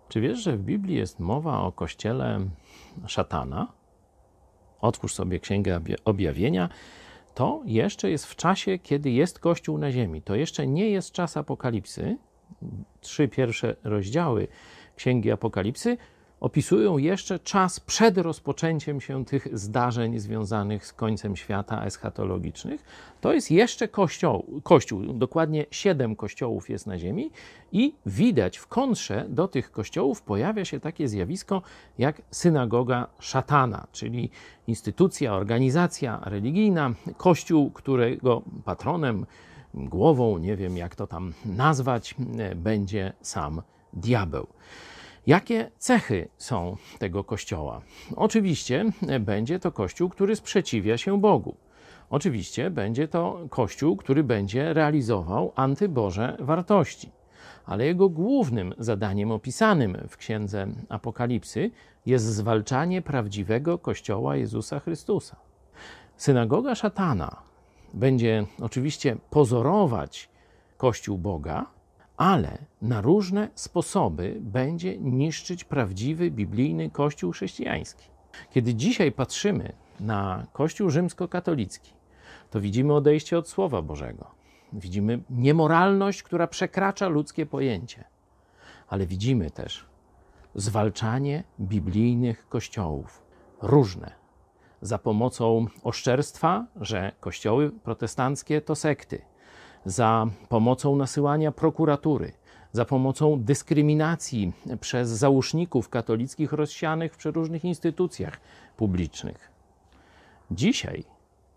Czy wiesz, że w Biblii jest mowa o kościele szatana? Otwórz sobie Księgę Objawienia. To jeszcze jest w czasie, kiedy jest Kościół na ziemi. To jeszcze nie jest czas Apokalipsy. 3 pierwsze rozdziały Księgi Apokalipsy opisują jeszcze czas przed rozpoczęciem się tych zdarzeń związanych z końcem świata eschatologicznych. To jest jeszcze Kościół, dokładnie 7 kościołów jest na ziemi i widać w kontrze do tych kościołów pojawia się takie zjawisko jak synagoga szatana, czyli instytucja, organizacja religijna, kościół, którego patronem, głową, nie wiem jak to tam nazwać, będzie sam diabeł. Jakie cechy są tego kościoła? Oczywiście będzie to kościół, który sprzeciwia się Bogu. Oczywiście będzie to kościół, który będzie realizował antyboże wartości. Ale jego głównym zadaniem opisanym w Księdze Apokalipsy jest zwalczanie prawdziwego Kościoła Jezusa Chrystusa. Synagoga szatana będzie oczywiście pozorować Kościół Boga, ale na różne sposoby będzie niszczyć prawdziwy, biblijny Kościół chrześcijański. Kiedy dzisiaj patrzymy na Kościół rzymskokatolicki, to widzimy odejście od Słowa Bożego. Widzimy niemoralność, która przekracza ludzkie pojęcie, ale widzimy też zwalczanie biblijnych kościołów, różne, za pomocą oszczerstwa, że kościoły protestanckie to sekty, za pomocą nasyłania prokuratury, za pomocą dyskryminacji przez załóżników katolickich rozsianych w przeróżnych instytucjach publicznych. Dzisiaj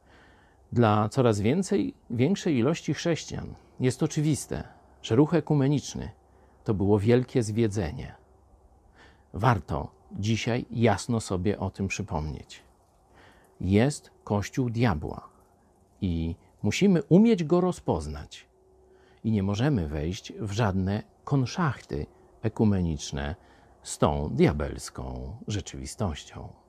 dla coraz większej ilości chrześcijan jest oczywiste, że ruch ekumeniczny to było wielkie zwiedzenie. Warto dzisiaj jasno sobie o tym przypomnieć. Jest Kościół diabła i musimy umieć go rozpoznać. I nie możemy wejść w żadne konszachty ekumeniczne z tą diabelską rzeczywistością.